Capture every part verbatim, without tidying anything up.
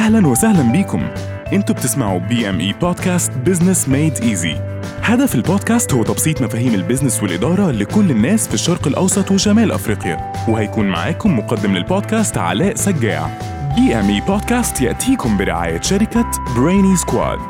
أهلاً وسهلاً بيكم. انتوا بتسمعوا بي ام اي بودكاست بزنس ميد ايزي. هدف البودكاست هو تبسيط مفاهيم البزنس والإدارة لكل الناس في الشرق الأوسط وشمال أفريقيا. وهيكون معاكم مقدم للبودكاست علاء سجاع. بي ام اي بودكاست يأتيكم برعاية شركة بريني سكواد.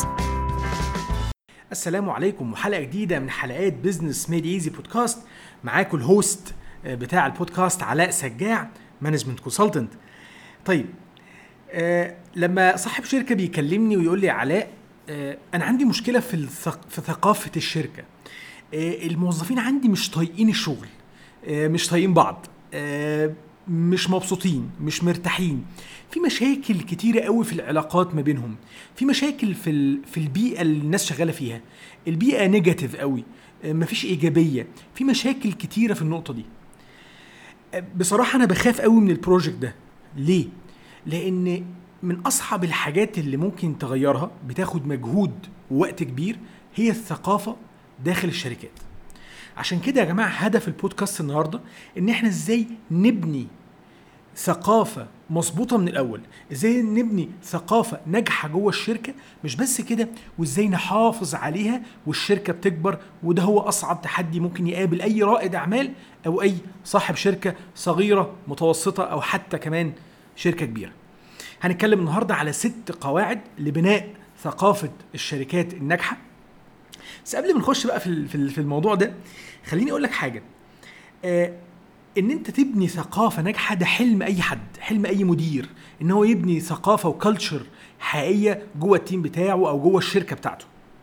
السلام عليكم، وحلقة جديدة من حلقات بزنس ميد ايزي بودكاست. معاكم الهوست بتاع البودكاست علاء سجاع، مانجمنت كونسلتنت. طيب آه لما صاحب شركة بيكلمني ويقول لي علاء آه أنا عندي مشكلة في, الثق... في ثقافة الشركة. آه الموظفين عندي مش طايقين الشغل، آه مش طايقين بعض، آه مش مبسوطين، مش مرتاحين، في مشاكل كتيرة قوي في العلاقات ما بينهم، في مشاكل في, ال... في البيئة اللي الناس شغالة فيها، البيئة نيجاتيف قوي، آه مفيش إيجابية، في مشاكل كتيرة في النقطة دي. آه بصراحة أنا بخاف قوي من البروجكت ده. ليه؟ لأن من أصعب الحاجات اللي ممكن تغيرها بتاخد مجهود ووقت كبير هي الثقافة داخل الشركات. عشان كده يا جماعة هدف البودكاست النهاردة إن إحنا إزاي نبني ثقافة مظبوطة من الأول، إزاي نبني ثقافة ناجحة جوه الشركة، مش بس كده، وإزاي نحافظ عليها والشركة بتكبر. وده هو أصعب تحدي ممكن يقابل أي رائد أعمال أو أي صاحب شركة صغيرة متوسطة أو حتى كمان شركة كبيرة. هنتكلم النهاردة على ست قواعد لبناء ثقافة الشركات الناجحة. بس قبل ما نخش بقى في في الموضوع ده، خليني أقول لك حاجة. آه إن أنت تبني ثقافة ناجحة ده حلم أي حد، حلم أي مدير، إن هو يبني ثقافة وكالتشر حقيقية جوه التيم بتاعه أو جوه الشركة بتاعته.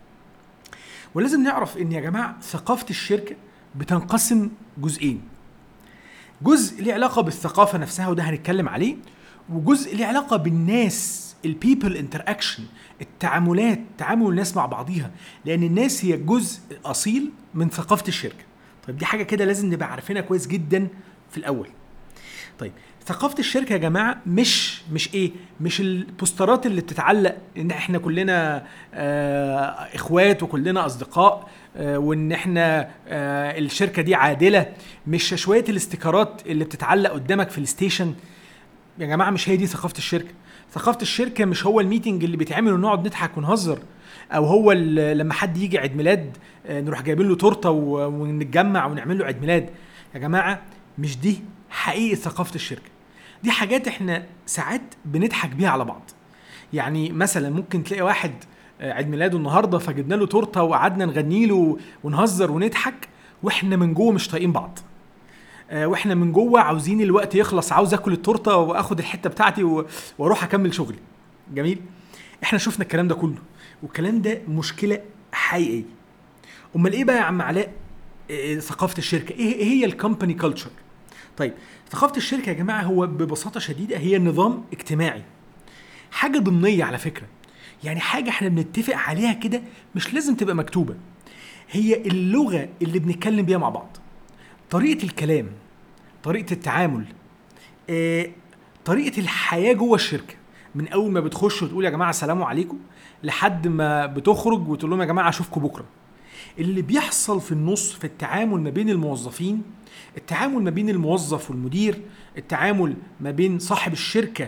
ولازم نعرف إن يا جماعة ثقافة الشركة بتنقسم جزئين. جزء له علاقة بالثقافة نفسها وده هنتكلم عليه، وجزء له علاقة بالناس، البيبل انتراكشن، التعاملات، تعامل الناس مع بعضيها، لأن الناس هي جزء أصيل من ثقافة الشركة. طيب دي حاجة كده لازم نبقى عارفينها كويس جدا في الأول. طيب ثقافة الشركة يا جماعة مش مش إيه مش البوسترات اللي بتتعلق إن إحنا كلنا آه إخوات وكلنا أصدقاء، آه وإن إحنا آه الشركة دي عادلة، مش شوية الاستيكرات اللي بتتعلق قدامك في الستيشن. يا جماعة مش هي دي ثقافة الشركة. ثقافة الشركة مش هو الميتنج اللي بيتعمل ونقعد نضحك ونهزر، أو هو لما حد يجي عيد ميلاد نروح جايبين له تورتة ونتجمع ونعمل له عيد ميلاد. يا جماعة مش دي حقيقة ثقافة الشركة. دي حاجات احنا ساعات بنضحك بيها على بعض. يعني مثلا ممكن تلاقي واحد عيد ميلاده النهاردة فجبنا له تورتة وقعدنا نغني له ونهزر ونضحك، واحنا من جوه مش طايقين بعض، واحنا من جوه عاوزين الوقت يخلص، عاوز اكل التورته واخد الحته بتاعتي واروح اكمل شغلي. جميل. احنا شفنا الكلام ده كله، والكلام ده مشكله حقيقيه. امال ايه بقى يا عم علاء إيه ثقافه الشركه؟ ايه هي الكومباني كلتشر؟ طيب ثقافه الشركه يا جماعه هو ببساطه شديده هي نظام اجتماعي، حاجه ضمنيه على فكره، يعني حاجه احنا بنتفق عليها كده، مش لازم تبقى مكتوبه. هي اللغه اللي بنتكلم بيها مع بعض، طريقة الكلام، طريقة التعامل، آه، طريقة الحياة جوه الشركة، من أول ما بتخش وتقول يا جماعة السلام عليكم لحد ما بتخرج وتقول لهم يا جماعة أشوفكم بكرة. اللي بيحصل في النص في التعامل ما بين الموظفين، التعامل ما بين الموظف والمدير، التعامل ما بين صاحب الشركة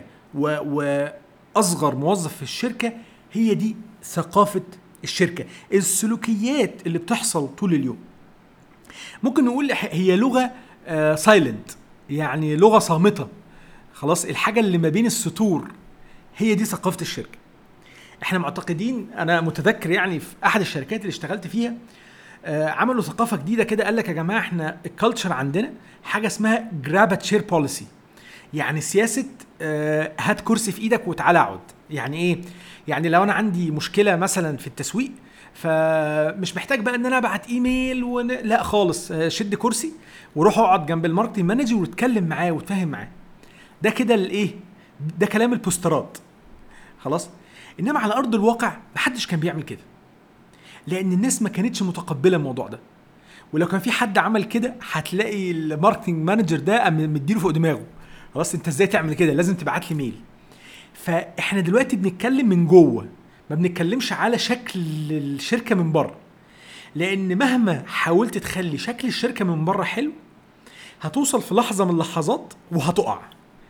وأصغر موظف في الشركة، هي دي ثقافة الشركة. السلوكيات اللي بتحصل طول اليوم ممكن نقول هي لغة سايلنت، يعني لغة صامتة. خلاص الحاجة اللي ما بين السطور هي دي ثقافة الشركة. احنا معتقدين، انا متذكر يعني في احد الشركات اللي اشتغلت فيها عملوا ثقافة جديدة كده، قال لك يا جماعة احنا الكالتشر عندنا حاجة اسمها جراب تشير بوليسي، يعني سياسة هات كرسي في ايدك وتعالى اقعد. يعني ايه؟ يعني لو انا عندي مشكلة مثلا في التسويق، فمش محتاج بقى ان انا ابعت ايميل ون... لا خالص، شد كرسي وروح اقعد جنب الماركتنج مانجر واتكلم معاه وتفهم معاه. ده كده الايه؟ ده كلام البوسترات. خلاص. انما على ارض الواقع محدش كان بيعمل كده، لان الناس ما كانتش متقبله الموضوع ده. ولو كان في حد عمل كده هتلاقي الماركتنج مانجر ده مديله فوق دماغه. خلاص انت ازاي تعمل كده؟ لازم تبعت لي ميل. فاحنا دلوقتي بنتكلم من جوه، ما بنتكلمش على شكل الشركة من بره، لأن مهما حاولت تخلي شكل الشركة من بره حلو هتوصل في لحظة من اللحظات وهتقع.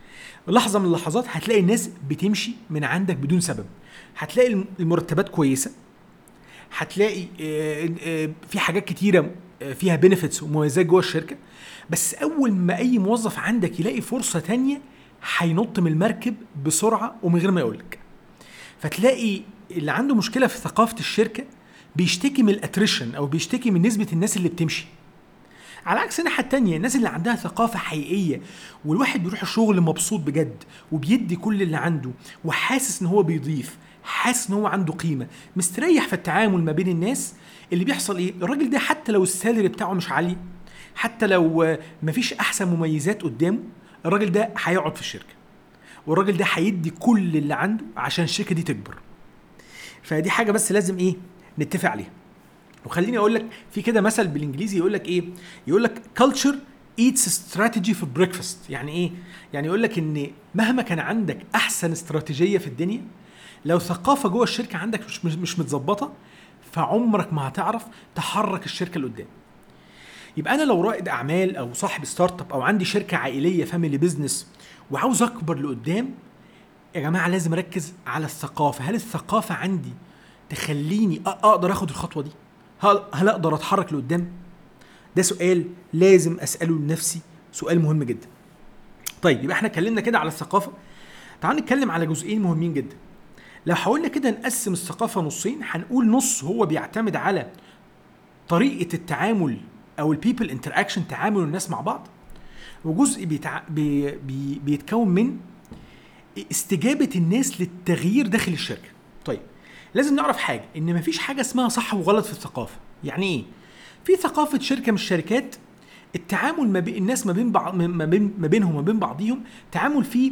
لحظه من اللحظات هتلاقي الناس بتمشي من عندك بدون سبب. هتلاقي المرتبات كويسه، هتلاقي في حاجات كتيره فيها بينيفيتس ومميزات جوه الشركه، بس اول ما اي موظف عندك يلاقي فرصه تانية هينط من المركب بسرعه ومن غير ما يقولك. فتلاقي اللي عنده مشكله في ثقافه الشركه بيشتكي من الاتريشن او بيشتكي من نسبه الناس اللي بتمشي. على عكس الناحيه التانية، الناس اللي عندها ثقافه حقيقيه والواحد بيروح الشغل مبسوط بجد وبيدي كل اللي عنده وحاسس ان هو بيضيف، حاسس ان هو عنده قيمه، مستريح في التعامل ما بين الناس، اللي بيحصل ايه؟ الراجل ده حتى لو السالري بتاعه مش عالي، حتى لو مفيش احسن مميزات قدامه، الراجل ده هيقعد في الشركه، والراجل ده هيدي كل اللي عنده عشان الشركه دي تكبر. فدي حاجه بس لازم ايه نتفق عليها. وخليني اقول لك في كده مثل بالانجليزي يقول لك ايه؟ يقول لك culture eats strategy for breakfast. يعني ايه؟ يعني يقول لك ان مهما كان عندك احسن استراتيجيه في الدنيا، لو ثقافه جوه الشركه عندك مش مش متظبطه، فعمرك ما هتعرف تحرك الشركه لقدام. يبقى انا لو رائد اعمال او صاحب ستارت اب او عندي شركه عائليه فاميلي بيزنس وعاوز اكبر لقدام، يا جماعه لازم اركز على الثقافه. هل الثقافه عندي تخليني اقدر اخد الخطوه دي؟ هل هل اقدر اتحرك لقدام؟ ده سؤال لازم اساله لنفسي، سؤال مهم جدا. طيب يبقى احنا اتكلمنا كده على الثقافه. تعالوا نتكلم على جزئين مهمين جدا. لو حاولنا كده نقسم الثقافه نصين، هنقول نص هو بيعتمد على طريقه التعامل او البيبل انتراكشن، تعامل الناس مع بعض، وجزء بيتع... بي... بي... بيتكون من استجابه الناس للتغيير داخل الشركه. طيب لازم نعرف حاجه، ان مفيش حاجه اسمها صح وغلط في الثقافه. يعني ايه؟ في ثقافه شركه من الشركات التعامل ما بين الناس ما بين بعض ما بين ما بينهم وما بين بعضيهم تعامل فيه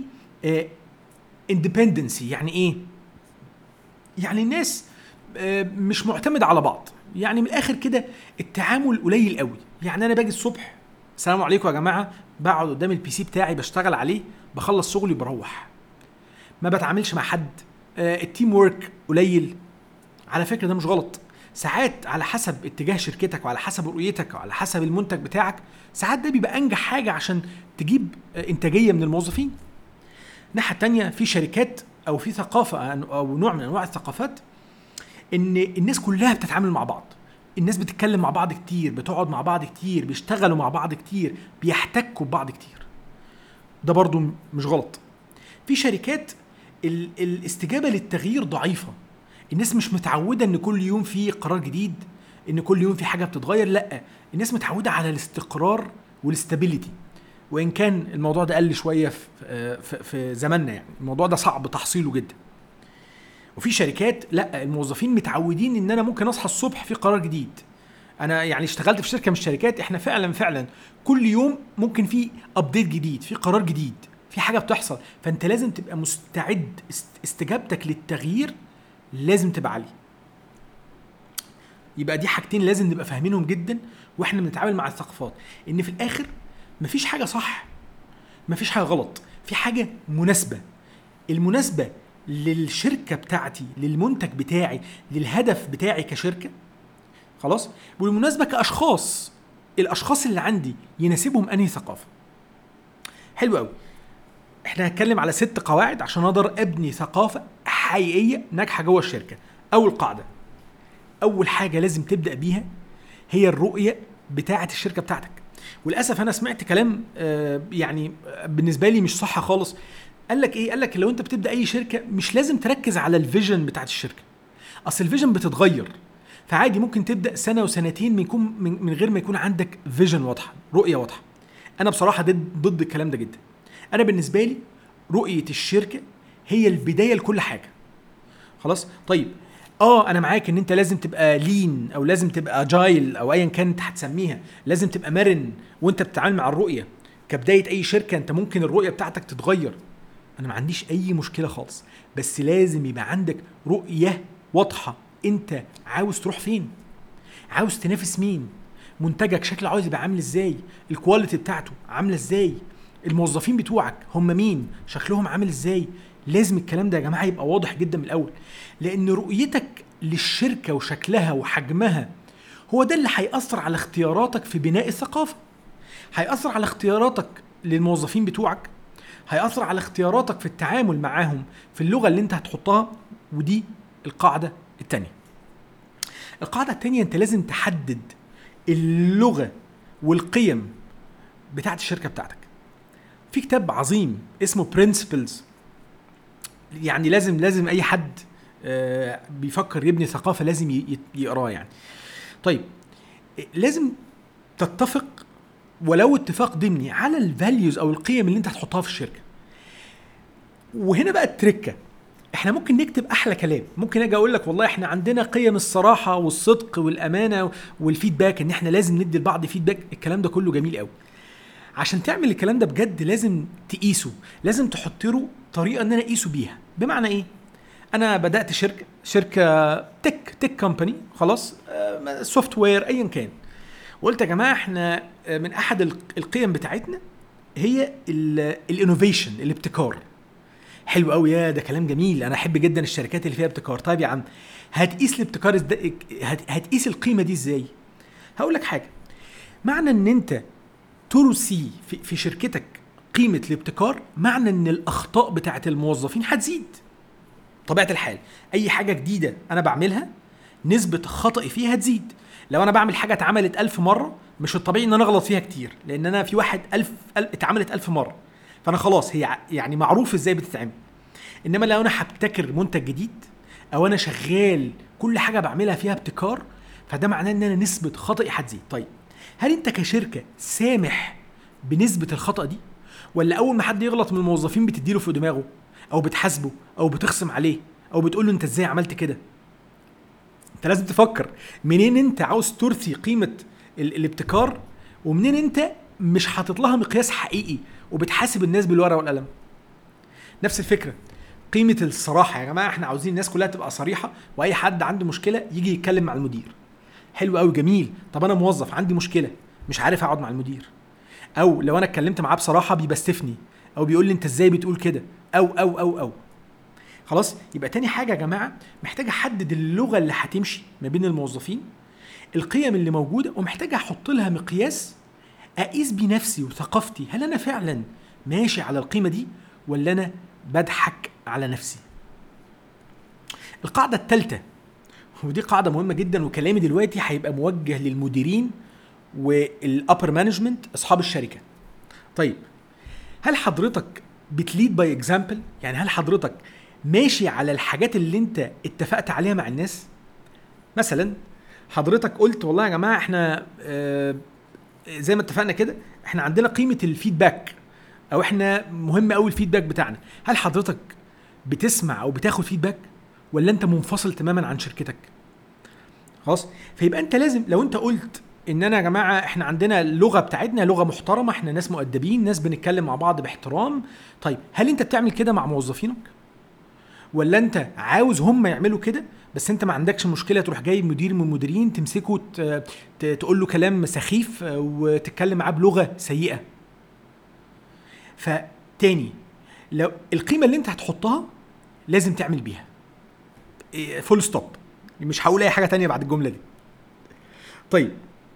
اندبندنسي. يعني ايه؟ يعني الناس آه مش معتمده على بعض. يعني من الاخر كده التعامل قليل قوي. يعني انا باجي الصبح السلام عليكم يا جماعه، بقعد قدام البي سي بتاعي بشتغل عليه، بخلص شغلي بروح، ما بتعاملش مع حد. آه التيم وورك قليل. على فكره ده مش غلط، ساعات على حسب اتجاه شركتك وعلى حسب رؤيتك وعلى حسب المنتج بتاعك، ساعات ده بيبقى انجح حاجه عشان تجيب آه انتاجيه من الموظفين. الناحيه الثانيه في شركات او في ثقافه او نوع من انواع الثقافات ان الناس كلها بتتعامل مع بعض، الناس بتتكلم مع بعض كتير، بتقعد مع بعض كتير، بيشتغلوا مع بعض كتير، بيحتكوا ببعض كتير. ده برضو مش غلط. في شركات الاستجابة للتغيير ضعيفة، الناس مش متعودة ان كل يوم في قرار جديد، ان كل يوم في حاجة بتتغير. لا، الناس متعودة على الاستقرار والاستابيليتي، وان كان الموضوع ده قل شوية في, في, في زماننا. يعني الموضوع ده صعب تحصيله جدا. وفي شركات لا، الموظفين متعودين ان انا ممكن اصحى الصبح في قرار جديد. انا يعني اشتغلت في شركه من الشركات احنا فعلا فعلا كل يوم ممكن في ابديت جديد، في قرار جديد، في حاجه بتحصل. فانت لازم تبقى مستعد، استجابتك للتغيير لازم تبقى عاليه. يبقى دي حاجتين لازم نبقى فاهمينهم جدا واحنا بنتعامل مع الثقافات، ان في الاخر مفيش حاجه صح، مفيش حاجه غلط، في حاجه مناسبه. المناسبه للشركة بتاعتي، للمنتج بتاعي، للهدف بتاعي كشركة، خلاص. بالمناسبة كأشخاص، الأشخاص اللي عندي يناسبهم أنهي ثقافة. حلو قوي. احنا هنتكلم على ست قواعد عشان أقدر أبني ثقافة حقيقية ناجحة جوه الشركة. أول قاعدة، أول حاجة لازم تبدأ بيها هي الرؤية بتاعة الشركة بتاعتك. وللأسف أنا سمعت كلام آه يعني بالنسبة لي مش صح خالص. قال لك ايه؟ قال لك لو انت بتبدا اي شركه مش لازم تركز على الفيجن بتاعت الشركه، اصل الفيجن بتتغير. فعادي ممكن تبدا سنه وسنتين من يكون من غير ما يكون عندك فيجن واضحه، رؤيه واضحه. انا بصراحه ضد الكلام ده جدا. انا بالنسبه لي رؤيه الشركه هي البدايه لكل حاجه، خلاص. طيب اه انا معاك ان انت لازم تبقى لين او لازم تبقى اجايل او ايا كانت هتسميها، لازم تبقى مرن وانت بتتعامل مع الرؤيه. كبدايه اي شركه انت ممكن الرؤيه بتاعتك تتغير، انا ما عنديش اي مشكله خالص، بس لازم يبقى عندك رؤيه واضحه. انت عاوز تروح فين؟ عاوز تنافس مين؟ منتجك شكله عاوز يبقى عامل ازاي؟ الكواليتي بتاعته عامله ازاي؟ الموظفين بتوعك هم مين؟ شكلهم عامل ازاي؟ لازم الكلام ده يا جماعه يبقى واضح جدا من الاول، لان رؤيتك للشركه وشكلها وحجمها هو ده اللي هيأثر على اختياراتك في بناء الثقافه، هيأثر على اختياراتك للموظفين بتوعك، هيأثر على اختياراتك في التعامل معاهم في اللغة اللي انت هتحطها. ودي القاعدة التانية. القاعدة التانية، انت لازم تحدد اللغة والقيم بتاعت الشركة بتاعتك. في كتاب عظيم اسمه Principles، يعني لازم لازم اي حد بيفكر يبني ثقافة لازم يقراه يعني. طيب لازم تتفق ولو اتفاق ضمني على الفاليوز او القيم اللي انت هتحطها في الشركة. وهنا بقى التركة، احنا ممكن نكتب احلى كلام، ممكن اجي اقول لك والله احنا عندنا قيم الصراحة والصدق والامانة والفيدباك، ان احنا لازم ندي لبعض فيدباك. الكلام ده كله جميل قوي. عشان تعمل الكلام ده بجد لازم تقيسه، لازم تحط له طريقة ان انا اقيسه بيها. بمعنى ايه؟ انا بدأت شركة شركة تك تك كومباني خلاص، سوفت وير ايا كان، وقلت يا جماعة احنا من احد القيم بتاعتنا هي الانوفيشن، الابتكار. حلو قوي، يا ده كلام جميل، انا احب جدا الشركات اللي فيها ابتكار. طيب يا عم، هتقيس الابتكار ازاي؟ هتقيس القيمة دي ازاي؟ هقول لك حاجة. معنى ان انت ترسي في, في شركتك قيمة الابتكار، معنى ان الاخطاء بتاعت الموظفين هتزيد. طبيعة الحال اي حاجة جديدة انا بعملها نسبة خطأي فيها هتزيد. لو انا بعمل حاجة اتعملت الف مرة، مش الطبيعي ان انا اغلط فيها كتير، لان انا في واحد الف اتعملت الف مرة، فانا خلاص هي يعني معروف ازاي بتتعمل. انما لو انا هبتكر منتج جديد او انا شغال كل حاجة بعملها فيها ابتكار، فده معناه ان انا نسبة خطأي هتزيد. طيب هل انت كشركة سامح بنسبة الخطأ دي، ولا اول ما حد يغلط من الموظفين بتديله في دماغه او بتحاسبه او بتخصم عليه او بتقول له انت ازاي عملت كده؟ انت لازم تفكر منين انت عاوز ترثي قيمة الابتكار، ومنين انت مش حاطط لها مقياس حقيقي وبتحاسب الناس بالورقة والقلم. نفس الفكرة قيمة الصراحة. يا جماعة احنا عاوزين الناس كلها تبقى صريحة، واي حد عنده مشكلة يجي يتكلم مع المدير. حلو قوي جميل. طب انا موظف عندي مشكلة مش عارف اقعد مع المدير، او لو انا اتكلمت معاه بصراحة بيبستفني او بيقول لي انت ازاي بتقول كده، او او او او خلاص. يبقى تاني حاجة يا جماعة، محتاج احدد اللغة اللي هتمشي ما بين الموظفين، القيم اللي موجودة، ومحتاج احط لها مقياس اقيس بنفسي وثقافتي. هل انا فعلا ماشي على القيمة دي ولا انا بضحك على نفسي؟ القاعدة الثالثة، ودي قاعدة مهمة جدا، وكلامي دلوقتي هيبقى موجه للمديرين والابر مانجمنت، اصحاب الشركة. طيب هل حضرتك بتليد باي اكزامبل؟ يعني هل حضرتك ماشي على الحاجات اللي انت اتفقت عليها مع الناس؟ مثلا حضرتك قلت والله يا جماعة احنا اه زي ما اتفقنا كده، احنا عندنا قيمة الفيدباك، او احنا مهم قوي الفيدباك بتاعنا. هل حضرتك بتسمع او بتاخد فيدباك، ولا انت منفصل تماما عن شركتك؟ خلاص. فيبقى انت لازم، لو انت قلت ان انا يا جماعة احنا عندنا اللغة بتاعتنا لغة محترمة، احنا ناس مؤدبين، ناس بنتكلم مع بعض باحترام، طيب هل انت بتعمل كده مع موظفينك، ولا انت عاوز هم يعملوا كده بس انت ما عندكش مشكلة تروح جايب مدير من المديرين تمسكه تقول له كلام سخيف وتتكلم معاه بلغة سيئة؟ فتاني، لو القيمة اللي انت هتحطها لازم تعمل بيها فول ستوب، مش هقول اي حاجة تانية بعد الجملة دي. طيب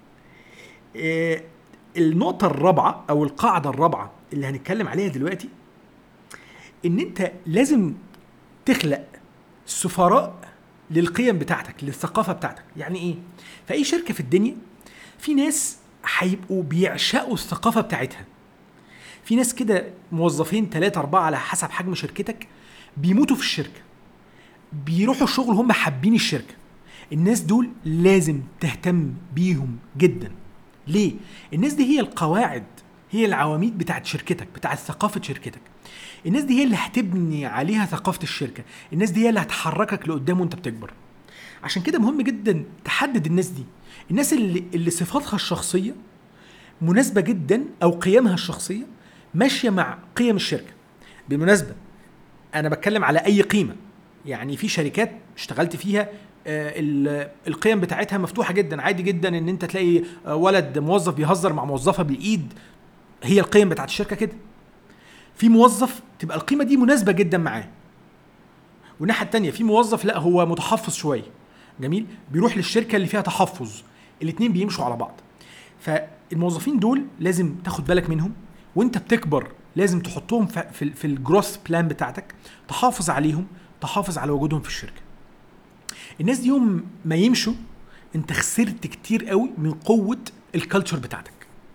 النقطة الرابعة او القاعدة الرابعة اللي هنتكلم عليها دلوقتي، ان انت لازم تخلق سفراء للقيم بتاعتك، للثقافة بتاعتك. يعني ايه؟ في اي شركة في الدنيا في ناس هيبقوا بيعشقوا الثقافة بتاعتها. في ناس كده موظفين ثلاثة أربعة على حسب حجم شركتك بيموتوا في الشركة، بيروحوا الشغل هم حابين الشركة. الناس دول لازم تهتم بيهم جدا. ليه؟ الناس دي هي القواعد، هي العواميد بتاعت شركتك، بتاعت ثقافة شركتك. الناس دي هي اللي هتبني عليها ثقافة الشركة، الناس دي هي اللي هتحركك لقدام وانت بتكبر. عشان كده مهم جدا تحدد الناس دي، الناس اللي, اللي صفاتها الشخصية مناسبة جدا أو قيمها الشخصية ماشية مع قيم الشركة. بالمناسبة أنا بتكلم على أي قيمة، يعني في شركات اشتغلت فيها القيم بتاعتها مفتوحة جدا، عادي جدا ان انت تلاقي ولد موظف بيهزر مع موظفة بالإيد، هي القيم بتاعت الشركة كده. في موظف تبقى القيمة دي مناسبة جدا معاه، والناحية التانية في موظف لا هو متحفظ شوية، جميل، بيروح للشركة اللي فيها تحفظ، الاتنين بيمشوا على بعض. فالموظفين دول لازم تاخد بالك منهم، وانت بتكبر لازم تحطهم في في الجروث بلان بتاعتك، تحافظ عليهم، تحافظ على وجودهم في الشركه. الناس دي يوم ما يمشوا انت خسرت كتير قوي من قوه الكالتشر بتاعتك.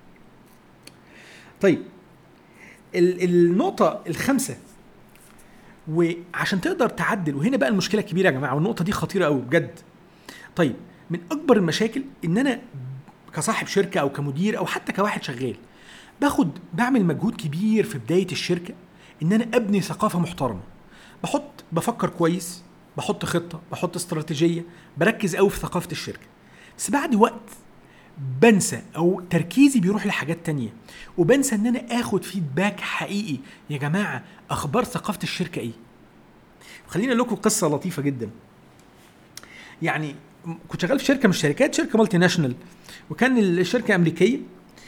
طيب النقطه الخامسه، وعشان تقدر تعدل، وهنا بقى المشكله الكبيره يا جماعه، والنقطه دي خطيره قوي بجد. طيب من اكبر المشاكل ان انا كصاحب شركه او كمدير او حتى كواحد شغال باخد بعمل مجهود كبير في بدايه الشركه ان انا ابني ثقافه محترمه، بحط بفكر كويس، بحط خطه، بحط استراتيجيه، بركز قوي في ثقافه الشركه. بس بعد وقت بنسى او تركيزي بيروح لحاجات تانية، وبنسى ان انا اخد فيدباك حقيقي. يا جماعه اخبار ثقافه الشركه ايه؟ خلينا لكم قصه لطيفه جدا. يعني كنت شغال في شركه من الشركات، شركه مالتي ناشونال، وكان الشركه امريكيه،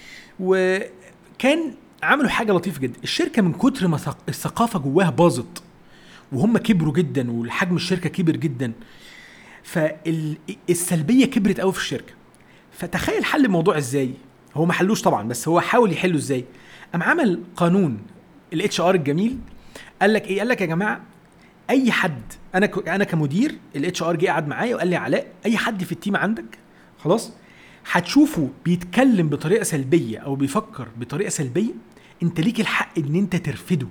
وكان عملوا حاجه لطيفه جدا. الشركه من كتر ما الثقافه جواها باظت وهم كبروا جدا والحجم الشركه كبر جدا، فالسلبيه كبرت قوي في الشركه. فتخيل حل الموضوع ازاي. هو ما حلوش طبعا، بس هو حاول يحله ازاي. قام عمل قانون الاتش ار الجميل. قال لك ايه؟ قال لك يا جماعه اي حد، انا انا كمدير الاتش ار جه قعد معايا وقال لي علاء، اي حد في التيم عندك خلاص هتشوفه بيتكلم بطريقه سلبيه او بيفكر بطريقه سلبيه، انت ليك الحق ان انت ترفده.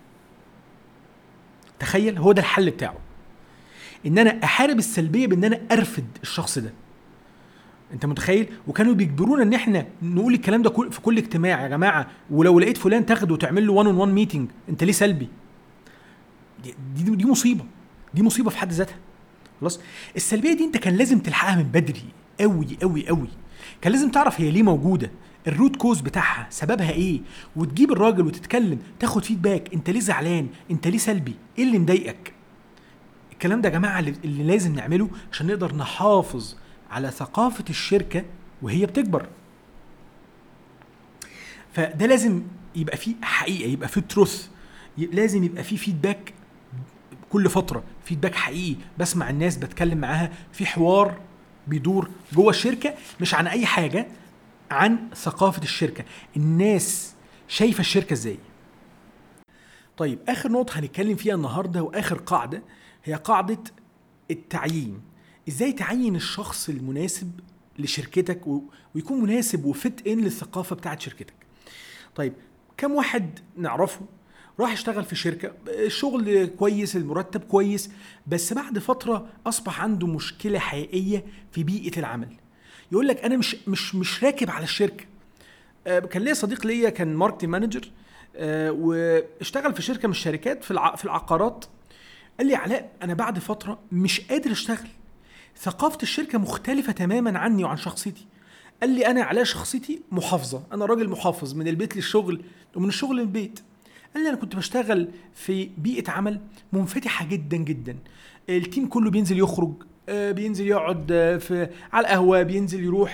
تخيل، هو ده الحل بتاعه، ان انا احارب السلبيه بان انا ارفد الشخص ده. انت متخيل؟ وكانوا بيجبرونا ان احنا نقول الكلام ده في كل اجتماع. يا جماعه ولو لقيت فلان تاخده وتعمل له وان اون وان ميتنج، انت ليه سلبي؟ دي, دي دي مصيبه، دي مصيبه في حد ذاتها. خلاص السلبيه دي انت كان لازم تلحقها من بدري قوي قوي قوي. كان لازم تعرف هي ليه موجوده، الروت كوز بتاعها سببها ايه، وتجيب الراجل وتتكلم، تاخد فيدباك. انت ليه زعلان؟ انت ليه سلبي؟ ايه اللي مضايقك؟ الكلام ده يا جماعه اللي لازم نعمله عشان نقدر نحافظ على ثقافه الشركه وهي بتكبر. فده لازم يبقى فيه حقيقه، يبقى فيه تروث، لازم يبقى فيه فيدباك كل فتره، فيدباك حقيقي، بسمع الناس، بتكلم معاها، في حوار بيدور جوه الشركه مش عن اي حاجه، عن ثقافه الشركه، الناس شايفه الشركه ازاي. طيب اخر نقطه هنتكلم فيها النهارده واخر قاعده هي قاعده التعيين. ازاي تعين الشخص المناسب لشركتك ويكون مناسب وفت ان للثقافه بتاعت شركتك. طيب كم واحد نعرفه راح يشتغل في شركه، الشغل كويس، المرتب كويس، بس بعد فتره اصبح عنده مشكله حقيقيه في بيئه العمل. يقول لك انا مش مش مش راكب على الشركه. كان ليا صديق ليا كان ماركتنج مانجر واشتغل في شركه من الشركات في في العقارات. قال لي علاء انا بعد فتره مش قادر اشتغل، ثقافه الشركه مختلفه تماما عني وعن شخصيتي. قال لي انا علاء شخصيتي محافظه، انا راجل محافظ من البيت للشغل ومن الشغل للبيت. قال لي انا كنت بشتغل في بيئه عمل منفتحه جدا جدا، التيم كله بينزل يخرج، بينزل يقعد في على القهوه، بينزل يروح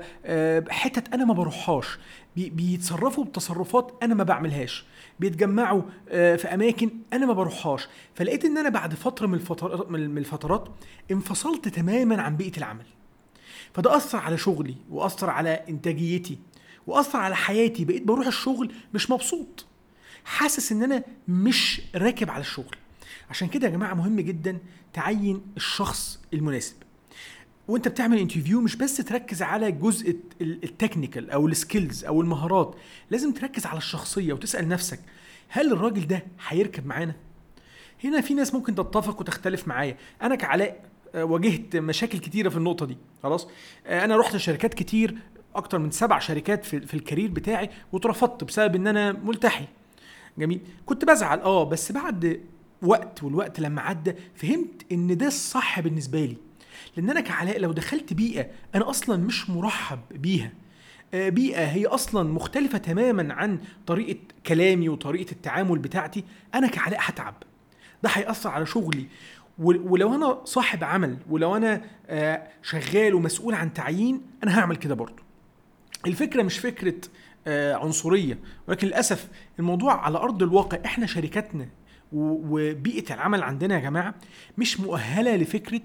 حتت انا ما بروحهاش، بيتصرفوا بتصرفات انا ما بعملهاش، بيتجمعوا في اماكن انا ما بروحهاش. فلقيت ان انا بعد فتره من الفترات من الفترات انفصلت تماما عن بيئه العمل. فده اثر على شغلي واثر على انتاجيتي واثر على حياتي. بقيت بروح الشغل مش مبسوط، حاسس ان انا مش راكب على الشغل. عشان كده يا جماعه مهم جدا تعين الشخص المناسب. وانت بتعمل انترفيو مش بس تركز على جزء التكنيكال او السكيلز او المهارات، لازم تركز على الشخصيه وتسال نفسك هل الراجل ده هيركب معانا؟ هنا في ناس ممكن تتفق وتختلف معايا. انا كعلاء واجهت مشاكل كتيره في النقطه دي. خلاص انا رحت شركات كتير، اكتر من سبع شركات في, في الكارير بتاعي، واترفضت بسبب ان انا ملتحي. جميل، كنت بزعل اه بس بعد وقت، والوقت لما عدى فهمت ان ده الصح بالنسبه لي. لان انا كعلاء لو دخلت بيئه انا اصلا مش مرحب بيها، بيئه هي اصلا مختلفه تماما عن طريقه كلامي وطريقه التعامل بتاعتي، انا كعلاء هتعب، ده هيأثر على شغلي. ولو انا صاحب عمل، ولو انا شغال ومسؤول عن تعيين، انا هعمل كده برضو. الفكره مش فكره عنصريه، ولكن للاسف الموضوع على ارض الواقع احنا شركاتنا وبيئه العمل عندنا يا جماعه مش مؤهله لفكره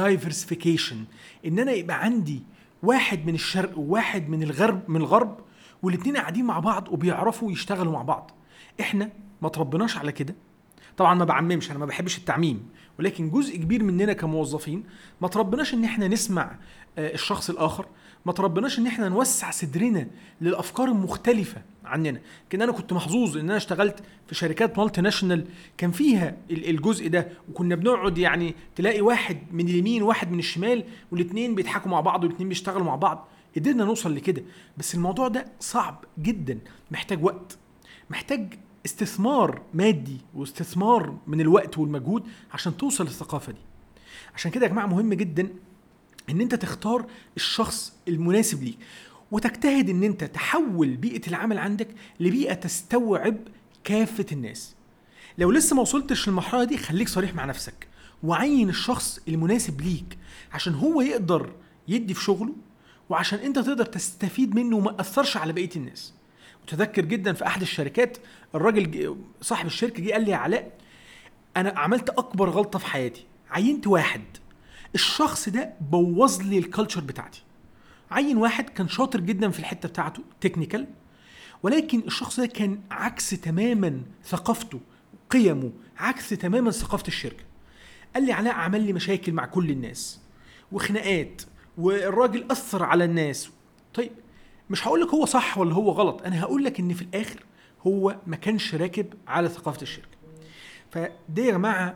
الدايفرسيفيكيشن، ان انا يبقى عندي واحد من الشرق وواحد من الغرب من الغرب والاتنين قاعدين مع بعض وبيعرفوا يشتغلوا مع بعض. احنا ما تربناش على كده. طبعا ما بعممش، انا ما بحبش التعميم، ولكن جزء كبير مننا كموظفين ما تربناش ان احنا نسمع الشخص الاخر، ما تربناش ان احنا نوسع صدرنا للافكار المختلفه عننا. كان انا كنت محظوظ ان انا اشتغلت في شركات مالتي ناشونال كان فيها الجزء ده، وكنا بنقعد يعني تلاقي واحد من اليمين واحد من الشمال والاثنين بيضحكوا مع بعض والاثنين بيشتغلوا مع بعض. قدرنا نوصل لكده، بس الموضوع ده صعب جدا، محتاج وقت، محتاج استثمار مادي واستثمار من الوقت والمجهود عشان توصل للثقافه دي. عشان كده يا جماعه مهم جدا ان انت تختار الشخص المناسب ليك، وتجتهد ان انت تحول بيئة العمل عندك لبيئة تستوعب كافة الناس. لو لسه ما وصلتش للمرحلة دي خليك صريح مع نفسك وعين الشخص المناسب ليك عشان هو يقدر يدي في شغله، وعشان انت تقدر تستفيد منه وما أثرش على بقية الناس. متذكر جدا في احد الشركات الراجل صاحب الشركة جه قال لي يا علاء انا عملت اكبر غلطة في حياتي، عينت واحد الشخص ده بوظ لي الكالتشر بتاعتي. عين واحد كان شاطر جدا في الحتة بتاعته تكنيكال، ولكن الشخص ده كان عكس تماما ثقافته، قيمه عكس تماما ثقافة الشركة. قال لي علاء عمل لي مشاكل مع كل الناس وخناقات، والراجل أثر على الناس. طيب مش هقولك هو صح ولا هو غلط، أنا هقولك إن في الآخر هو ما كانش راكب على ثقافة الشركة. فدي يا جماعة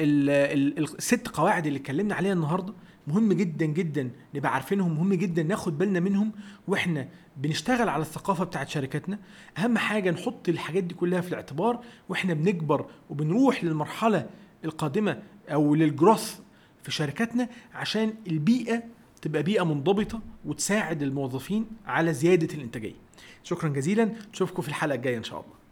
الست قواعد اللي اتكلمنا عليها النهاردة مهم جدا جدا نبقى عارفينهم، مهم جدا ناخد بالنا منهم واحنا بنشتغل على الثقافة بتاعت شركاتنا. اهم حاجة نحط الحاجات دي كلها في الاعتبار واحنا بنكبر وبنروح للمرحلة القادمة او للجروث في شركاتنا، عشان البيئة تبقى بيئة منضبطة وتساعد الموظفين على زيادة الانتاجية. شكرا جزيلا، نشوفكم في الحلقة الجاية ان شاء الله.